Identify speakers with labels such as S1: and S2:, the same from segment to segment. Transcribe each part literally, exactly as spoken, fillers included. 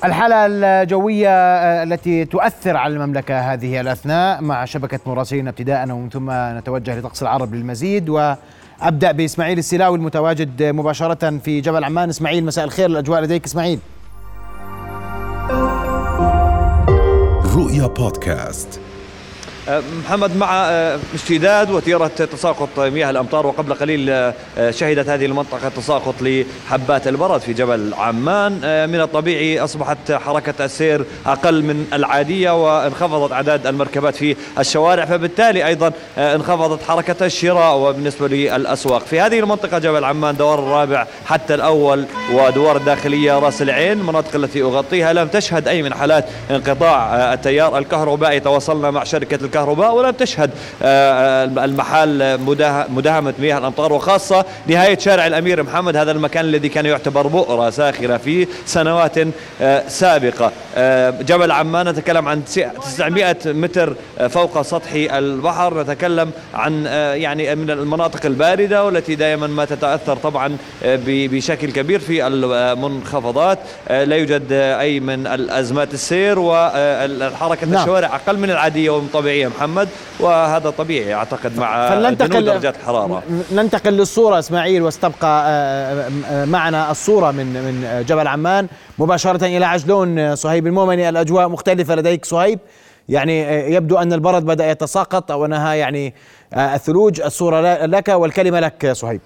S1: الحالة الجوية التي تؤثر على المملكة هذه الأثناء مع شبكة مراسلين ابتداء، ومن ثم نتوجه لطقس العرب للمزيد، وأبدأ بإسماعيل السلاوي المتواجد مباشرة في جبل عمان. إسماعيل، مساء الخير، الأجواء لديك إسماعيل.
S2: رؤيا بودكاست.
S3: محمد، مع اشتداد وتيرة تساقط مياه الأمطار، وقبل قليل شهدت هذه المنطقة تساقط لحبات البرد في جبل عمان، من الطبيعي أصبحت حركة السير أقل من العادية، وانخفضت أعداد المركبات في الشوارع، فبالتالي أيضا انخفضت حركة الشراء وبالنسبة للأسواق في هذه المنطقة. جبل عمان دوار الرابع حتى الأول ودوار الداخلية راس العين، المناطق التي أغطيها لم تشهد أي من حالات انقطاع التيار الكهربائي. تواصلنا مع شركة الكهرباء ولم تشهد المحال مداهمة مياه الأمطار، وخاصة نهاية شارع الأمير محمد، هذا المكان الذي كان يعتبر بؤرة ساخرة في سنوات سابقة. جبل عمان نتكلم عن تسعمائة متر فوق سطح البحر، نتكلم عن يعني من المناطق الباردة والتي دائما ما تتأثر طبعا بشكل كبير في المنخفضات. لا يوجد أي من الأزمات السير، والحركة نعم. الشوارع أقل من العادية وطبيعية محمد، وهذا طبيعي أعتقد مع جنود درجات الحرارة.
S1: ننتقل للصورة إسماعيل، واستبقى معنا الصورة من من جبل عمان مباشرة إلى عجلون. صهيب المؤمني، الأجواء مختلفة لديك صهيب، يعني يبدو أن البرد بدأ يتساقط أو أنها يعني الثلوج. الصورة لك والكلمة لك صهيب.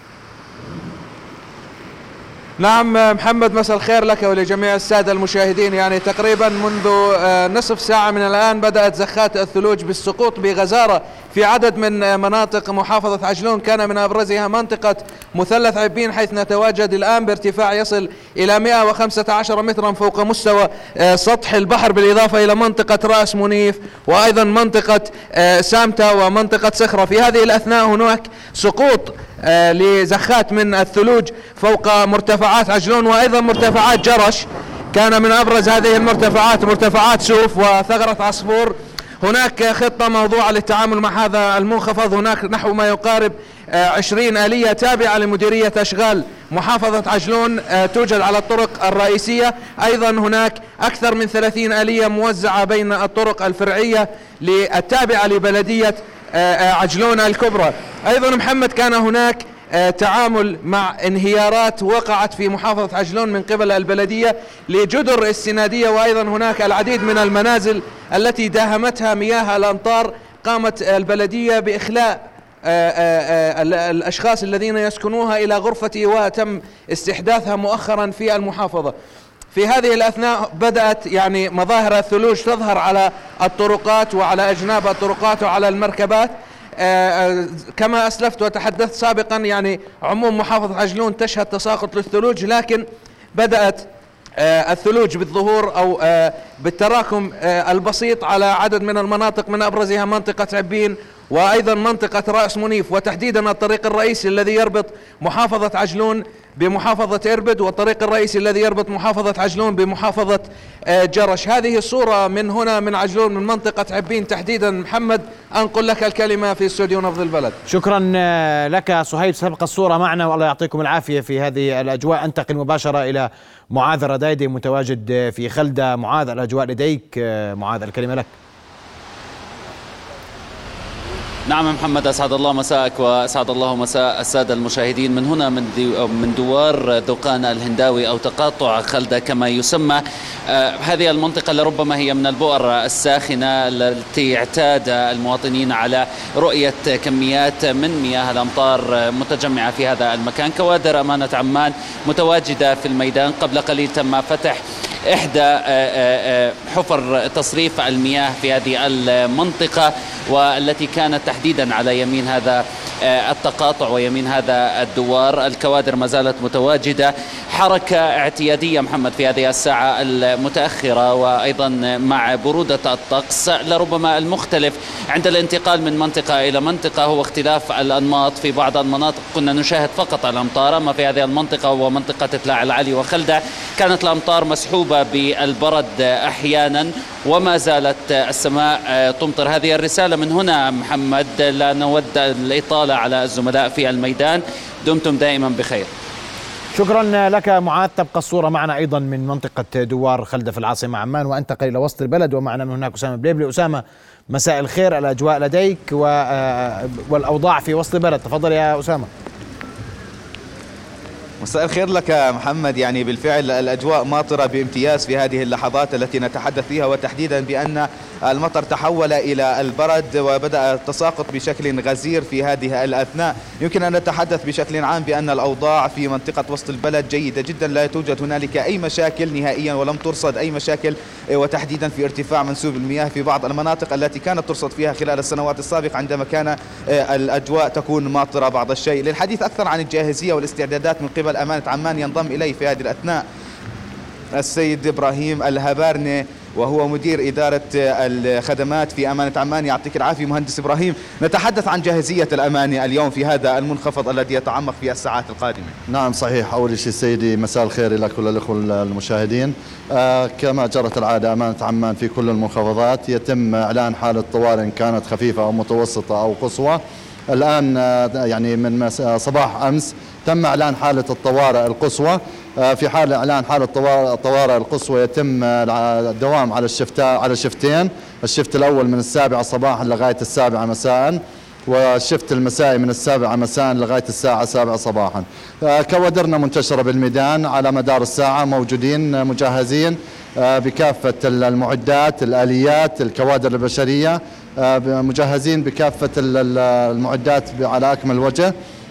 S4: نعم محمد، مساء الخير لك ولجميع السادة المشاهدين. يعني تقريبا منذ نصف ساعة من الآن بدأت زخات الثلوج بالسقوط بغزارة في عدد من مناطق محافظة عجلون، كان من أبرزها منطقة مثلث عبين، حيث نتواجد الآن بارتفاع يصل إلى مئة وخمسة عشر مترا فوق مستوى سطح البحر، بالإضافة إلى منطقة رأس منيف وأيضا منطقة سامتا ومنطقة صخرة. في هذه الأثناء هناك سقوط لزخات من الثلوج فوق مرتفعات عجلون وأيضا مرتفعات جرش. كان من أبرز هذه المرتفعات مرتفعات سوف وثغرة عصفور. هناك خطة موضوعة للتعامل مع هذا المنخفض. هناك نحو ما يقارب عشرين آلية تابعة لمديرية أشغال محافظة عجلون توجد على الطرق الرئيسية. أيضا هناك أكثر من ثلاثين آلية موزعة بين الطرق الفرعية التابعة لبلدية عجلون الكبرى. أيضا محمد، كان هناك تعامل مع انهيارات وقعت في محافظة عجلون من قبل البلدية لجدر السنادية، وأيضا هناك العديد من المنازل التي داهمتها مياه الأمطار. قامت البلدية بإخلاء الأشخاص الذين يسكنوها إلى غرفة وتم استحداثها مؤخرا في المحافظة. في هذه الأثناء بدأت يعني مظاهر الثلوج تظهر على الطرقات وعلى أجناب الطرقات وعلى المركبات. آه كما أسلفت وتحدثت سابقا، يعني عموم محافظة عجلون تشهد تساقط للثلوج، لكن بدأت آه الثلوج بالظهور أو آه بالتراكم آه البسيط على عدد من المناطق، من أبرزها منطقة عبين وأيضا منطقة رأس منيف، وتحديدا الطريق الرئيسي الذي يربط محافظة عجلون بمحافظة إربد، والطريق الرئيسي الذي يربط محافظة عجلون بمحافظة جرش. هذه الصورة من هنا من عجلون من منطقة عبين تحديدا. محمد، أنقل لك الكلمة في استوديو نبض البلد.
S1: شكرا لك صهيب، سبق الصورة معنا والله يعطيكم العافية في هذه الأجواء. أنتقل مباشرة إلى معاذ الردايدي متواجد في خلدة. معاذ، الأجواء لديك. معاذ، الكلمة لك.
S5: نعم محمد، أسعد الله مساءك وأسعد الله مساء السادة المشاهدين. من هنا من من دوار ذقان الهنداوي أو تقاطع خلدة كما يسمى. آه هذه المنطقة لربما هي من البؤر الساخنة التي اعتاد المواطنين على رؤية كميات من مياه الأمطار متجمعة في هذا المكان. كوادر أمانة عمان متواجدة في الميدان. قبل قليل تم فتح إحدى حفر تصريف المياه في هذه المنطقة، والتي كانت تحديدا على يمين هذا التقاطع ويمين هذا الدوار. الكوادر ما زالت متواجدة. حركة اعتيادية محمد في هذه الساعة المتأخرة، وأيضا مع برودة الطقس. لربما المختلف عند الانتقال من منطقة إلى منطقة هو اختلاف الأنماط. في بعض المناطق كنا نشاهد فقط الأمطار، أما في هذه المنطقة ومنطقة تلاع العلي وخلدة كانت الأمطار مسحوبة بالبرد أحيانا، وما زالت السماء تمطر. هذه الرسالة من هنا محمد، لا نود الإطالة على الزملاء في الميدان. دمتم دائما بخير.
S1: شكرا لك معاذ. تبقى الصورة معنا أيضا من منطقة دوار خلدة في العاصمة عمان، وأنتقل إلى وسط البلد ومعنا من هناك أسامة بليبلي. أسامة، مساء الخير، الأجواء لديك والأوضاع في وسط البلد، تفضل يا أسامة.
S2: مساء الخير لك محمد. يعني بالفعل الأجواء ماطرة بامتياز في هذه اللحظات التي نتحدث فيها، وتحديدا بأن المطر تحول إلى البرد وبدأ التساقط بشكل غزير في هذه الأثناء. يمكن أن نتحدث بشكل عام بأن الأوضاع في منطقة وسط البلد جيدة جدا، لا توجد هنالك أي مشاكل نهائيا، ولم ترصد أي مشاكل، وتحديدا في ارتفاع منسوب المياه في بعض المناطق التي كانت ترصد فيها خلال السنوات السابقة عندما كان الأجواء تكون ماطرة بعض الشيء. للحديث أكثر عن الجاهزية والاستعدادات من قبل أمانة عمان ينضم إلي في هذه الأثناء السيد إبراهيم الهبارني، وهو مدير إدارة الخدمات في أمانة عمان. يعطيك العافية مهندس إبراهيم. نتحدث عن جاهزية الأمانة اليوم في هذا المنخفض الذي يتعمق في الساعات القادمة.
S6: نعم صحيح. أول شيء سيدي مساء الخير إلى كل الأخوة المشاهدين. آه كما جرت العادة أمانة عمان في كل المنخفضات يتم إعلان حالة طوارئ إن كانت خفيفة أو متوسطة أو قصوى. الآن آه يعني من صباح أمس تم إعلان حالة الطوارئ القصوى. في حال إعلان حالة الطوارئ القصوى يتم الدوام على الشفتين على شفتين، الشفت الأول من السابعة صباحا لغاية السابعة مساء، والشفت المسائي من السابعة مساء لغاية الساعة السابعة صباحا. كوادرنا منتشرة بالميدان على مدار الساعة، موجودين مجهزين بكافة المعدات، الآليات، الكوادر البشرية، مجهزين بكافة المعدات على أكمل وجه.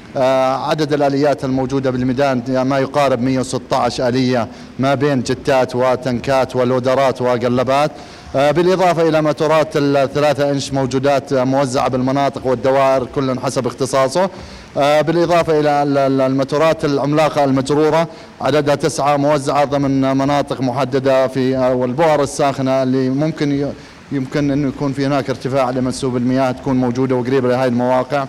S6: عدد الآليات الموجودة بالميدان ما يقارب مئة وستة عشر آلية ما بين جتات وتنكات ولودرات وقلبات، بالإضافة إلى موتورات الثلاثة إنش موجودات موزعة بالمناطق والدوائر كل حسب اختصاصه، بالإضافة إلى الموتورات العملاقة المجرورة عددها تسعة موزعة ضمن مناطق محددة في والبؤر الساخنة اللي ممكن يمكن أنه يكون في هناك ارتفاع لمنسوب المياه تكون موجودة وقريبة لهذه المواقع.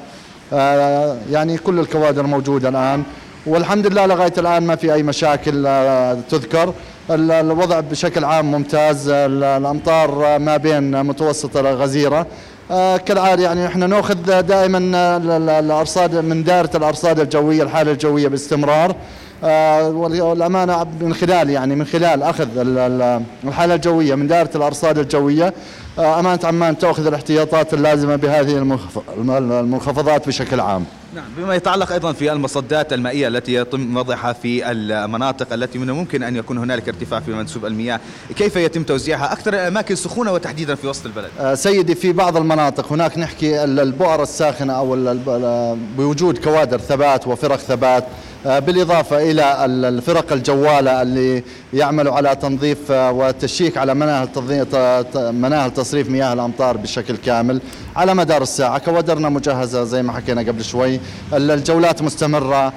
S6: آه يعني كل الكوادر موجودة الآن، والحمد لله لغاية الآن ما في أي مشاكل آه تذكر. الوضع بشكل عام ممتاز، الأمطار ما بين متوسطة لغزيرة آه كالعادة. يعني احنا نأخذ دائما الأرصاد من دائرة الأرصاد الجوية، الحالة الجوية باستمرار، آه والأمانة من خلال يعني من خلال أخذ الحالة الجوية من دائرة الأرصاد الجوية أمانة عمان تأخذ الاحتياطات اللازمة بهذه المنخفضات بشكل عام.
S2: نعم. بما يتعلق أيضا في المصدات المائية التي يتم وضعها في المناطق التي من الممكن أن يكون هنالك ارتفاع في منسوب المياه، كيف يتم توزيعها أكثر الأماكن سخونة وتحديدا في وسط البلد؟
S6: آه سيدي في بعض المناطق هناك نحكي البؤر الساخنة أو بوجود كوادر ثبات وفرق ثبات، بالإضافة إلى الفرق الجوالة اللي يعملوا على تنظيف وتشيك على مناهل مناهل تصريف مياه الأمطار بشكل كامل على مدار الساعة. كوادرنا مجهزة زي ما حكينا قبل شوي، الجولات مستمرة.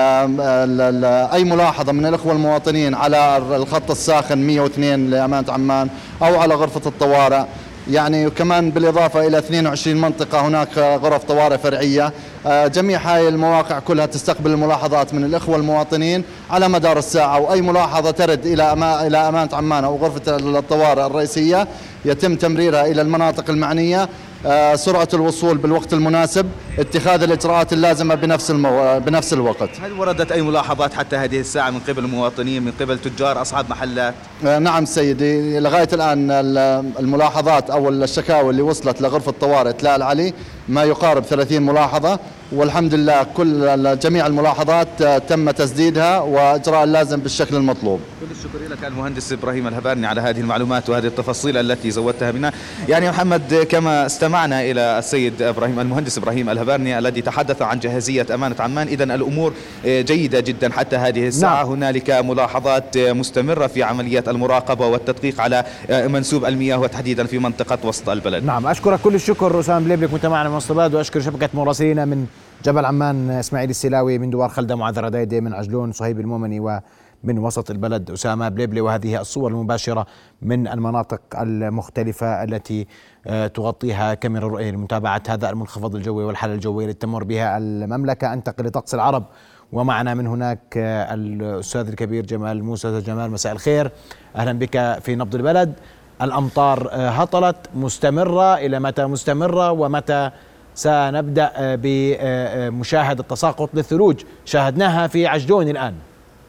S6: أي ملاحظة من الأخوة المواطنين على الخط الساخن مئة واثنين لأمانة عمان أو على غرفة الطوارئ، يعني كمان بالإضافة إلى اثنين وعشرين منطقة هناك غرف طوارئ فرعية. جميع هاي المواقع كلها تستقبل الملاحظات من الإخوة المواطنين على مدار الساعة، وأي ملاحظة ترد إلى إلى أمانة عمان أو غرفة الطوارئ الرئيسية يتم تمريرها إلى المناطق المعنية. سرعة الوصول بالوقت المناسب، اتخاذ الإجراءات اللازمة بنفس المو... بنفس الوقت.
S2: هل وردت أي ملاحظات حتى هذه الساعة من قبل المواطنين، من قبل تجار أصحاب محلات؟
S6: نعم سيدي، لغاية الآن الملاحظات أو الشكاوى اللي وصلت لغرفة طوارئ تلال علي ما يقارب ثلاثين ملاحظة، والحمد لله كل جميع الملاحظات تم تسديدها وإجراء اللازم بالشكل المطلوب.
S2: كل الشكر لك المهندس إبراهيم الهبارني على هذه المعلومات وهذه التفاصيل التي زودتها بنا. يعني محمد، كما استمعنا إلى السيد إبراهيم المهندس إبراهيم الهبارني الذي تحدث عن جاهزية أمانة عمان، إذن الأمور جيدة جدا حتى هذه الساعة. نعم. هنالك ملاحظات مستمرة في عمليات المراقبة والتدقيق على منسوب المياه وتحديدا في منطقة وسط البلد.
S1: نعم، أشكرك كل الشكر أسامة بليبلي، كنت معنا من وسط البلد، وأشكر شبكة مراسلينا من جبل عمان إسماعيل السلاوي، من دوار خلدة معاذ ردايدي، من عجلون صهيب المومني، ومن وسط البلد أسامة بليبلي. وهذه الصور المباشرة من المناطق المختلفة التي تغطيها كاميرا الرؤية لمتابعة هذا المنخفض الجوي والحالة الجوية التي تمر بها المملكة. أنتقل لطقس العرب، ومعنا من هناك الأستاذ الكبير جمال موسى. جمال مساء الخير، أهلا بك في نبض البلد. الأمطار هطلت، مستمرة، إلى متى مستمرة، ومتى سنبدأ بمشاهدة تساقط للثلوج؟ شاهدناها في عجلون الآن.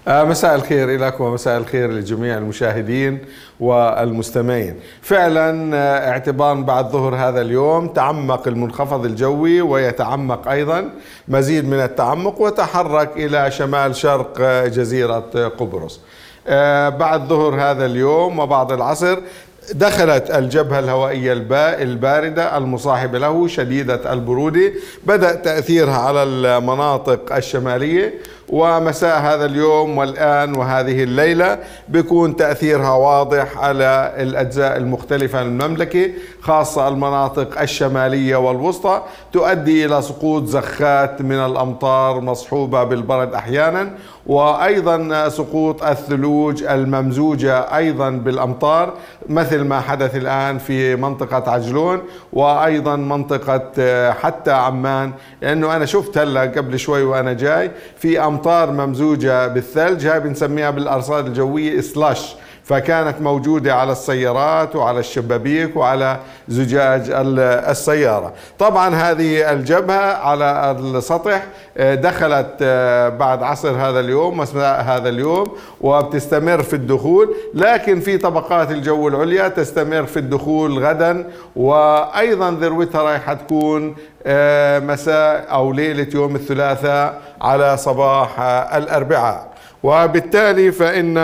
S7: مساء الخير لك ومساء الخير لجميع المشاهدين والمستمعين. فعلا اعتبارا بعد ظهر هذا اليوم تعمق المنخفض الجوي ويتعمق أيضا مزيد من التعمق وتحرك إلى شمال شرق جزيرة قبرص. بعد ظهر هذا اليوم وبعد العصر دخلت الجبهة الهوائية الباردة المصاحبة له شديدة البرودة، بدأ تأثيرها على المناطق الشمالية، ومساء هذا اليوم والآن وهذه الليلة بيكون تأثيرها واضح على الأجزاء المختلفة من المملكة، خاصة المناطق الشمالية والوسطى، تؤدي إلى سقوط زخات من الأمطار مصحوبة بالبرد أحيانا، وأيضا سقوط الثلوج الممزوجة أيضا بالأمطار مثل ما حدث الآن في منطقة عجلون وأيضا منطقة حتى عمان، لأنه أنا شفت هلا قبل شوي وأنا جاي في أمطار ممزوجة بالثلج، هاي بنسميها بالأرصاد الجوية سلاش، فكانت موجودة على السيارات وعلى الشبابيك وعلى زجاج السيارة. طبعا هذه الجبهة على السطح دخلت بعد عصر هذا اليوم مساء هذا اليوم وبتستمر في الدخول، لكن في طبقات الجو العليا تستمر في الدخول غدا، وأيضا ذروتها رايحة تكون مساء أو ليلة يوم الثلاثاء على صباح الأربعاء. وبالتالي فإن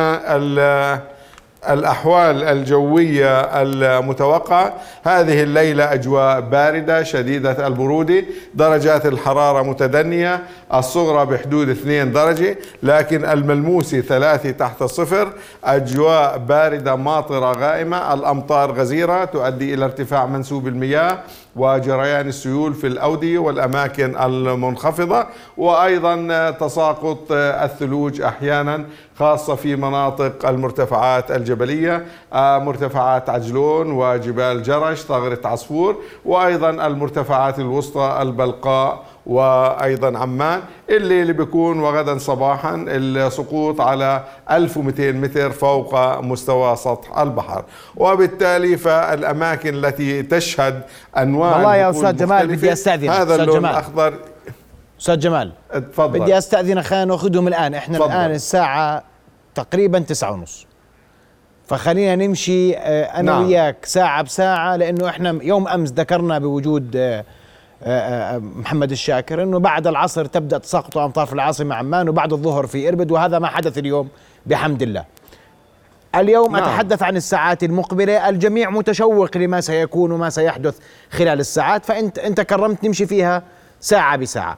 S7: الأحوال الجوية المتوقعة هذه الليلة أجواء باردة شديدة البرودة، درجات الحرارة متدنية، الصغرى بحدود اثنين درجة لكن الملموسة ثلاثة تحت الصفر، أجواء باردة ماطرة غائمة، الأمطار غزيرة تؤدي إلى ارتفاع منسوب المياه وجريان السيول في الأودية والأماكن المنخفضة، وأيضا تساقط الثلوج أحيانا خاصة في مناطق المرتفعات الجبلية، مرتفعات عجلون وجبال جرش ثغرة عصفور، وأيضا المرتفعات الوسطى البلقاء وأيضا عمان. الليل بيكون وغدا صباحا السقوط على ألف ومئتين متر فوق مستوى سطح البحر، وبالتالي فالأماكن التي تشهد أنواع
S1: والله يا أستاذ جمال بدي أستأذن
S7: هذا اللون الأخضر.
S1: أستاذ جمال
S7: اتفضل.
S1: بدي أستأذن خلينا نأخذهم الآن، إحنا فضل. الآن الساعة تقريبا تسعة ونص، فخلينا نمشي أنا نعم. وياك ساعة بساعة، لأنه إحنا يوم أمس ذكرنا بوجود محمد الشاكر أنه بعد العصر تبدأ تساقط أمطار في العاصمة عمان وبعد الظهر في إربد، وهذا ما حدث اليوم بحمد الله. اليوم نعم. أتحدث عن الساعات المقبلة، الجميع متشوق لما سيكون وما سيحدث خلال الساعات، فأنت أنت كرمت نمشي فيها ساعة بساعة.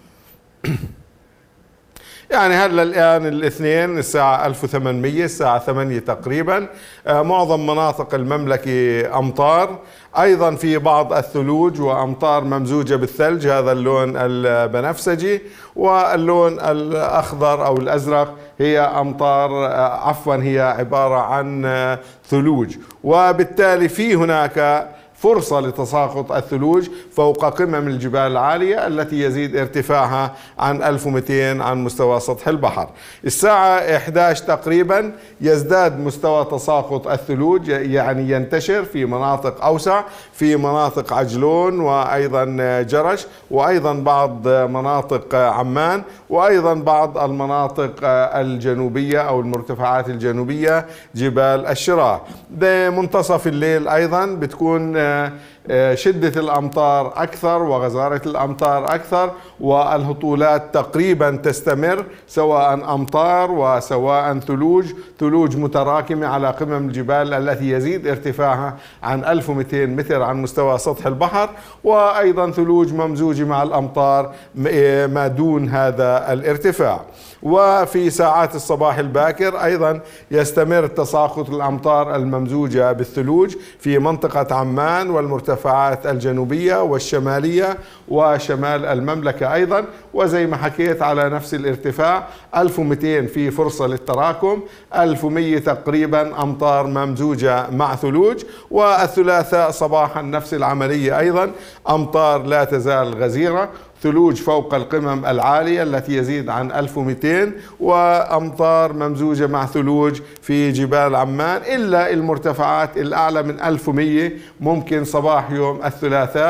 S7: يعني هلا الآن الاثنين الساعة ألف وثمانمئة الساعة ثمانية تقريبا، آه معظم مناطق المملكة أمطار، أيضا في بعض الثلوج وأمطار ممزوجة بالثلج، هذا اللون البنفسجي، واللون الأخضر أو الأزرق هي أمطار آه عفوا هي عبارة عن آه ثلوج، وبالتالي في هناك فرصة لتساقط الثلوج فوق قمم الجبال العالية التي يزيد ارتفاعها عن ألف ومئتين عن مستوى سطح البحر. الساعة إحدى عشر تقريبا يزداد مستوى تساقط الثلوج، يعني ينتشر في مناطق أوسع، في مناطق عجلون وأيضا جرش وأيضا بعض مناطق عمان وأيضا بعض المناطق الجنوبية أو المرتفعات الجنوبية جبال الشراء. بمنتصف الليل أيضا بتكون شدة الأمطار أكثر وغزارة الأمطار أكثر، والهطولات تقريبا تستمر سواء أمطار وسواء ثلوج ثلوج متراكمة على قمم الجبال التي يزيد ارتفاعها عن ألف ومئتين متر عن مستوى سطح البحر، وأيضا ثلوج ممزوجة مع الأمطار ما دون هذا الارتفاع. وفي ساعات الصباح الباكر أيضا يستمر تساقط الأمطار الممزوجة بالثلوج في منطقة عمان والمرتفعات الجنوبية والشمالية وشمال المملكة أيضا، وزي ما حكيت على نفس الارتفاع ألف ومئتين في فرصة للتراكم، ألف ومئة تقريبا أمطار ممزوجة مع ثلوج. والثلاثاء صباحا نفس العملية أيضا، أمطار لا تزال غزيرة، ثلوج فوق القمم العالية التي يزيد عن ألف ومئتين، وأمطار ممزوجة مع ثلوج في جبال عمان، إلا المرتفعات الأعلى من ألف ومئة ممكن صباح يوم الثلاثاء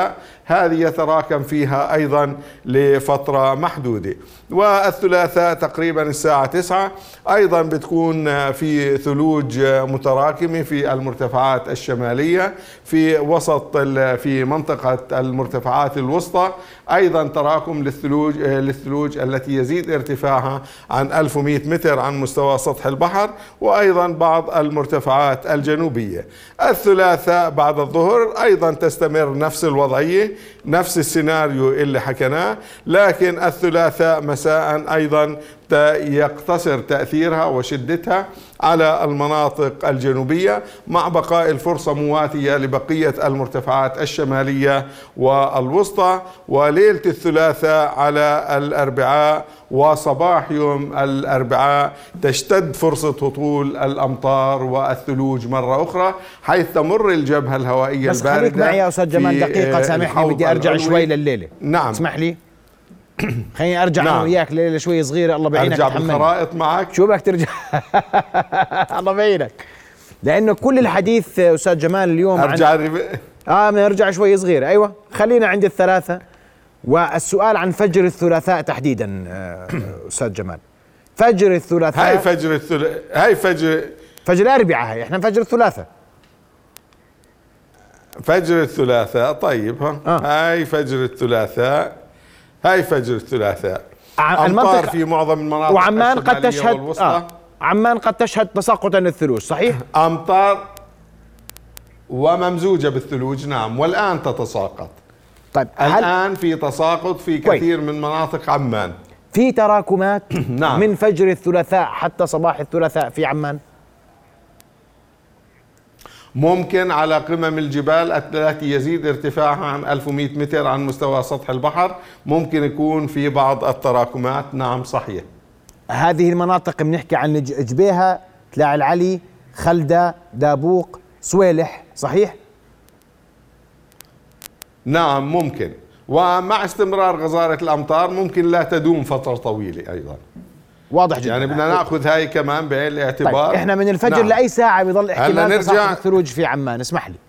S7: هذه يتراكم فيها أيضا لفترة محدودة. والثلاثاء تقريبا الساعة تسعة أيضا بتكون في ثلوج متراكمة في المرتفعات الشمالية في وسط في منطقة المرتفعات الوسطى، أيضا تراكم للثلوج للثلوج التي يزيد ارتفاعها عن ألف ومئة متر عن مستوى سطح البحر، وأيضا بعض المرتفعات الجنوبية. الثلاثاء بعد الظهر أيضا تستمر نفس الوضعية، نفس السيناريو اللي حكيناه، لكن الثلاثاء مساء أيضا يقتصر تأثيرها وشدتها على المناطق الجنوبية، مع بقاء الفرصة مواتية لبقية المرتفعات الشمالية والوسطى. وليلة الثلاثاء على الأربعاء وصباح يوم الأربعاء تشتد فرصة هطول الأمطار والثلوج مرة أخرى، حيث تمر الجبهة الهوائية
S1: بس
S7: الباردة.
S1: خليك معي يا أستاذ جمال دقيقة، سامحني بدي أرجع شوي لليلة.
S7: نعم
S1: اسمح لي خليني ارجع
S7: نعم.
S1: انا وياك ليله شوي صغيره. الله بعينك
S7: ارجع بالخرائط معك.
S1: شو بدك ترجع؟ الله بعينك، لانه كل الحديث استاذ جمال اليوم
S7: ارجع
S1: عن...
S7: رب...
S1: اه نرجع شوي صغيره. ايوه خلينا عند الثلاثه، والسؤال عن فجر الثلاثاء تحديدا. استاذ جمال، فجر الثلاثاء
S7: هاي فجر الثلاثاء هاي فجر
S1: فجر الاربعاء، هاي احنا فجر الثلاثاء
S7: فجر الثلاثاء. طيب ها آه. هاي فجر الثلاثاء هاي فجر الثلاثاء. أمطار في معظم المناطق،
S1: وعمان قد تشهد آه. عمان قد تشهد تساقطا للثلوج، صحيح؟
S7: أمطار وممزوجة بالثلوج، نعم، والآن تتساقط.
S1: طيب
S7: الآن في تساقط في كثير من مناطق عمان،
S1: في تراكمات
S7: نعم.
S1: من فجر الثلاثاء حتى صباح الثلاثاء في عمان
S7: ممكن على قمم الجبال التي يزيد ارتفاعها عن ألف ومئة متر عن مستوى سطح البحر، ممكن يكون في بعض التراكمات، نعم صحيح.
S1: هذه المناطق بنحكي عن جبيهة، تلاعي العلي، خلدة، دابوق، سويلح، صحيح؟
S7: نعم ممكن، ومع استمرار غزارة الأمطار ممكن لا تدوم فترة طويلة أيضا.
S1: واضح جدا،
S7: يعني بدنا ناخذ هاي كمان بعين الاعتبار.
S1: طيب احنا من الفجر نعم. لاي ساعه بيضل احتمال تساقط الثلوج في عمان؟ اسمح لي.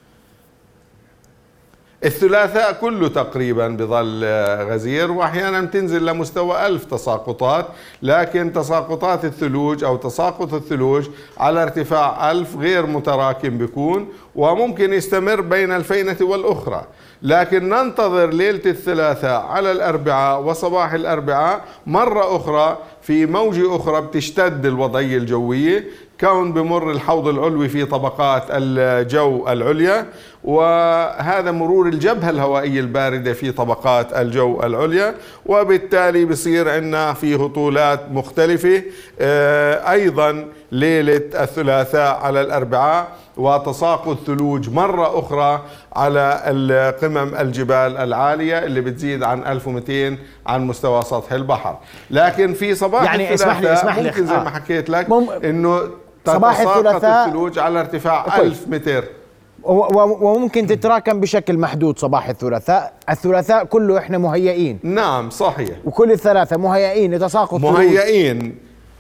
S7: الثلاثاء كله تقريبا بظل غزير، واحيانا تنزل لمستوى ألف تساقطات، لكن تساقطات الثلوج او تساقط الثلوج على ارتفاع ألف غير متراكم بيكون، وممكن يستمر بين الفينة والأخرى. لكن ننتظر ليلة الثلاثاء على الأربعاء وصباح الأربعاء مرة أخرى في موجة أخرى بتشتد الوضعية الجوية، كون بمر الحوض العلوي في طبقات الجو العليا، وهذا مرور الجبهة الهوائية الباردة في طبقات الجو العليا، وبالتالي بصير عندنا في هطولات مختلفة أيضا ليلة الثلاثاء على الأربعاء، وتساقط ثلوج مرة أخرى على قمم الجبال العالية اللي بتزيد عن ألف ومئتين عن مستوى سطح البحر. لكن في صباح
S1: يعني
S7: الثلاثاء
S1: اسمح لي اسمح لي
S7: ممكن زي ما حكيت لك
S1: مم...
S7: إنه
S1: صباح الثلاثاء
S7: الثلوج على ارتفاع ألف متر،
S1: وممكن تتراكم بشكل محدود. صباح الثلاثاء الثلاثاء كله احنا مهيئين،
S7: نعم صحيح،
S1: وكل الثلاثة مهيئين لتساقط
S7: مهيئين.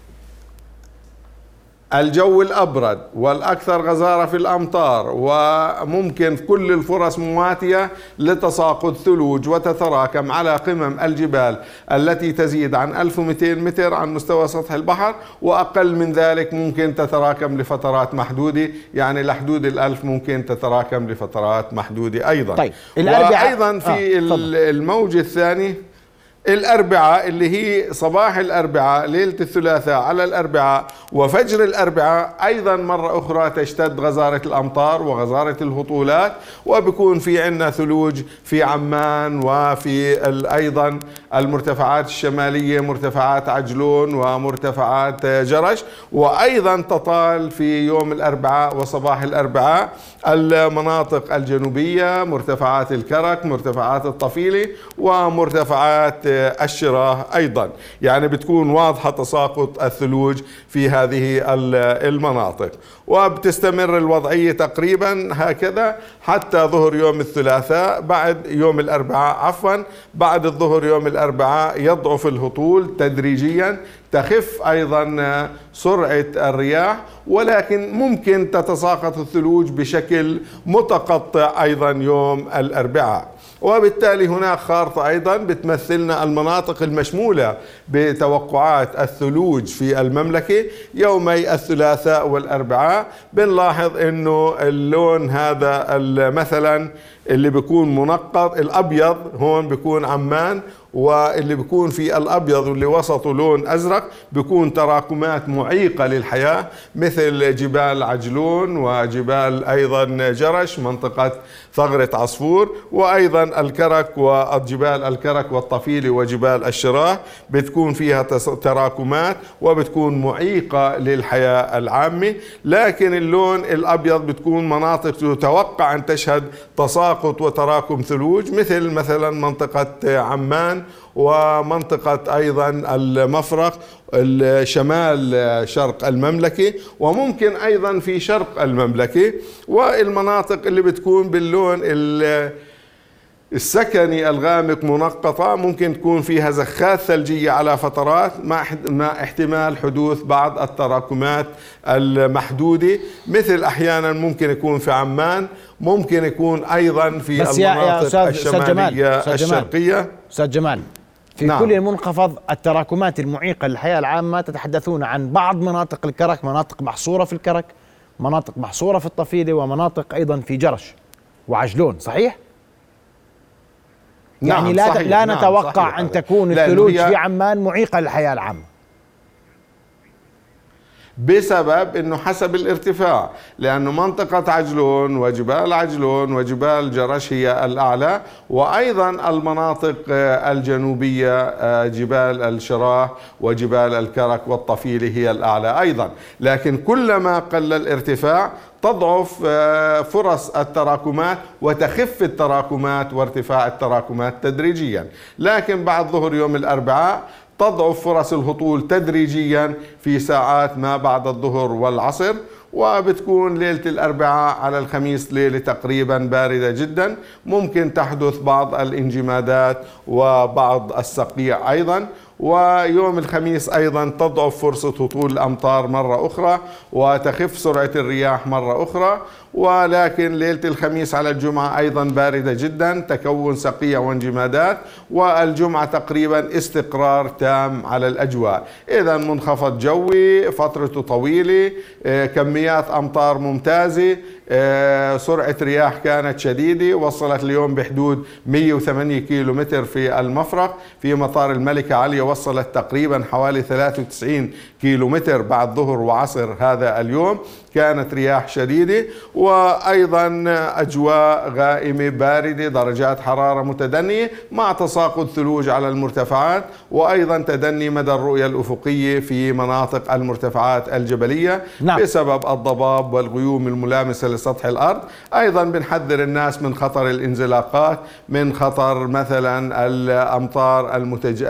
S7: الجو الأبرد والأكثر غزارة في الأمطار، وممكن كل الفرص مواتية لتساقط ثلوج وتتراكم على قمم الجبال التي تزيد عن ألف ومئتين متر عن مستوى سطح البحر، وأقل من ذلك ممكن تتراكم لفترات محدودة، يعني لحدود الألف ممكن تتراكم لفترات محدودة أيضا.
S1: طيب
S7: وأيضا في آه. الموجة الثانية الأربعاء اللي هي صباح الأربعاء، ليلة الثلاثاء على الأربعاء وفجر الأربعاء، أيضا مرة أخرى تشتد غزارة الأمطار وغزارة الهطولات، وبكون في عندنا ثلوج في عمان وفي أيضا المرتفعات الشمالية، مرتفعات عجلون ومرتفعات جرش، وأيضا تطال في يوم الأربعاء وصباح الأربعاء المناطق الجنوبية، مرتفعات الكرك، مرتفعات الطفيلة، ومرتفعات الشراه أيضا. يعني بتكون واضحة تساقط الثلوج في هذه المناطق، وبتستمر الوضعية تقريبا هكذا حتى ظهر يوم الثلاثاء. بعد يوم الأربعاء عفوا بعد الظهر يوم الأربعاء يضعف الهطول تدريجيا، تخف أيضا سرعة الرياح، ولكن ممكن تتساقط الثلوج بشكل متقطع أيضا يوم الأربعاء. وبالتالي هناك خارطة أيضا بتمثلنا المناطق المشمولة بتوقعات الثلوج في المملكة يومي الثلاثاء والأربعاء. بنلاحظ أنه اللون هذا مثلا اللي بيكون منقط الأبيض هون بيكون عمان، واللي بيكون في الأبيض واللي وسطه لون أزرق بيكون تراكمات معيقة للحياة مثل جبال عجلون وجبال أيضا جرش منطقة ثغرة عصفور، وأيضا الكرك والجبال الكرك والطفيلي وجبال الشراه بتكون فيها تراكمات وبتكون معيقة للحياة العامة. لكن اللون الأبيض بتكون مناطق تتوقع أن تشهد تساقط وتراكم ثلوج مثل مثلا منطقة عمان ومنطقة أيضا المفرق الشمال شرق المملكة، وممكن أيضا في شرق المملكة. والمناطق اللي بتكون باللون السكني الغامق منقطة ممكن تكون فيها زخات ثلجية على فترات مع احتمال حدوث بعض التراكمات المحدودة، مثل أحيانا ممكن يكون في عمان، ممكن يكون أيضا في المناطق الشمالية الشرقية.
S1: أستاذ جمال، في نعم. كل المنخفض التراكمات المعيقة للحياة العامة تتحدثون عن بعض مناطق الكرك، مناطق محصورة في الكرك، مناطق محصورة في الطفيلة، ومناطق أيضا في جرش وعجلون، صحيح؟ يعني نعم لا صحيح. لا نعم نتوقع صحيح. أن تكون الثلوج في عمان معيقة للحياة العامة
S7: بسبب أنه حسب الارتفاع، لأنه منطقة عجلون وجبال عجلون وجبال جرش هي الأعلى، وأيضا المناطق الجنوبية جبال الشراه وجبال الكرك والطفيلي هي الأعلى أيضا. لكن كلما قل الارتفاع تضعف فرص التراكمات وتخف التراكمات وارتفاع التراكمات تدريجيا. لكن بعد ظهر يوم الأربعاء تضعف فرص الهطول تدريجيا في ساعات ما بعد الظهر والعصر، وبتكون ليلة الأربعاء على الخميس ليلة تقريبا باردة جدا، ممكن تحدث بعض الانجمادات وبعض الصقيع أيضا. ويوم الخميس أيضا تضعف فرصة هطول الأمطار مرة أخرى وتخف سرعة الرياح مرة أخرى. ولكن ليلة الخميس على الجمعة أيضا باردة جدا، تكون صقيع وانجمادات، والجمعة تقريبا استقرار تام على الأجواء. إذا منخفض جوي فترته طويلة، كميات أمطار ممتازة، سرعة رياح كانت شديدة، وصلت اليوم بحدود مئة وثمانية كيلو متر في المفرق. في مطار الملكة علية وصلت تقريبا حوالي ثلاثة وتسعين كيلو متر بعد ظهر وعصر هذا اليوم، كانت رياح شديدة. وأيضا أجواء غائمة باردة، درجات حرارة متدنية مع تساقط ثلوج على المرتفعات، وأيضا تدني مدى الرؤية الأفقية في مناطق المرتفعات الجبلية نعم. بسبب الضباب والغيوم الملامسة لسطح الأرض. أيضا بنحذر الناس من خطر الانزلاقات، من خطر مثلا الأمطار المتج...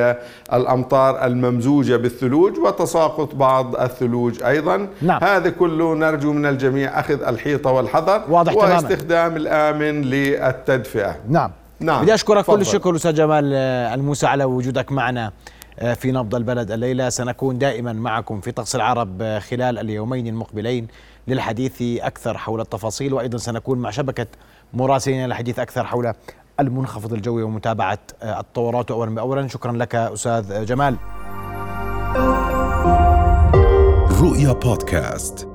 S7: الأمطار الممزوجة بالثلوج وتساقط بعض الثلوج أيضا نعم. هذا كله نرجو من الجميع أخذ الحيطة والحذر واستخدام تماماً. الآمن للتدفئة.
S1: نعم نعم. بدي أشكرك كل الشكر أستاذ جمال الموسى على وجودك معنا في نبض البلد الليلة. سنكون دائما معكم في طقس العرب خلال اليومين المقبلين للحديث أكثر حول التفاصيل، وأيضا سنكون مع شبكة مراسلين للحديث أكثر حول المنخفض الجوي ومتابعة التطورات أولا بأولا. شكرا لك أستاذ جمال.
S8: رؤيا بودكاست.